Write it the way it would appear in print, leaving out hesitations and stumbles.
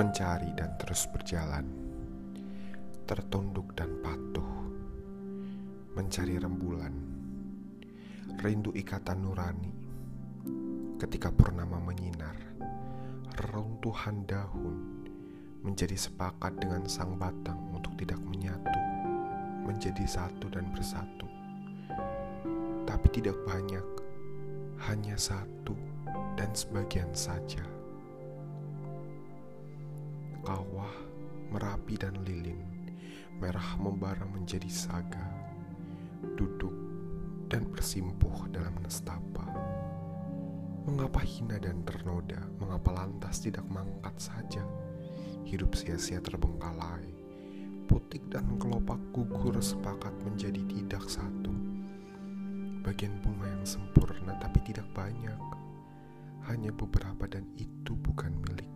mencari dan terus berjalan, tertunduk dan patuh, mencari rembulan, rindu ikatan nurani. Ketika purnama menyinar, reruntuhan daun menjadi sepakat dengan sang batang untuk tidak menyatu, menjadi satu dan bersatu. Tapi tidak banyak, hanya satu dan sebagian saja. Kawah, Merapi dan lilin merah membara menjadi saga, duduk dan bersimpuh dalam nestapa. Mengapa hina dan ternoda, mengapa lantas tidak mangkat saja? Hidup sia-sia terbengkalai, putik dan kelopak gugur sepakat menjadi tidak satu. Bagian bunga yang sempurna tapi tidak banyak, hanya beberapa dan itu bukan milik.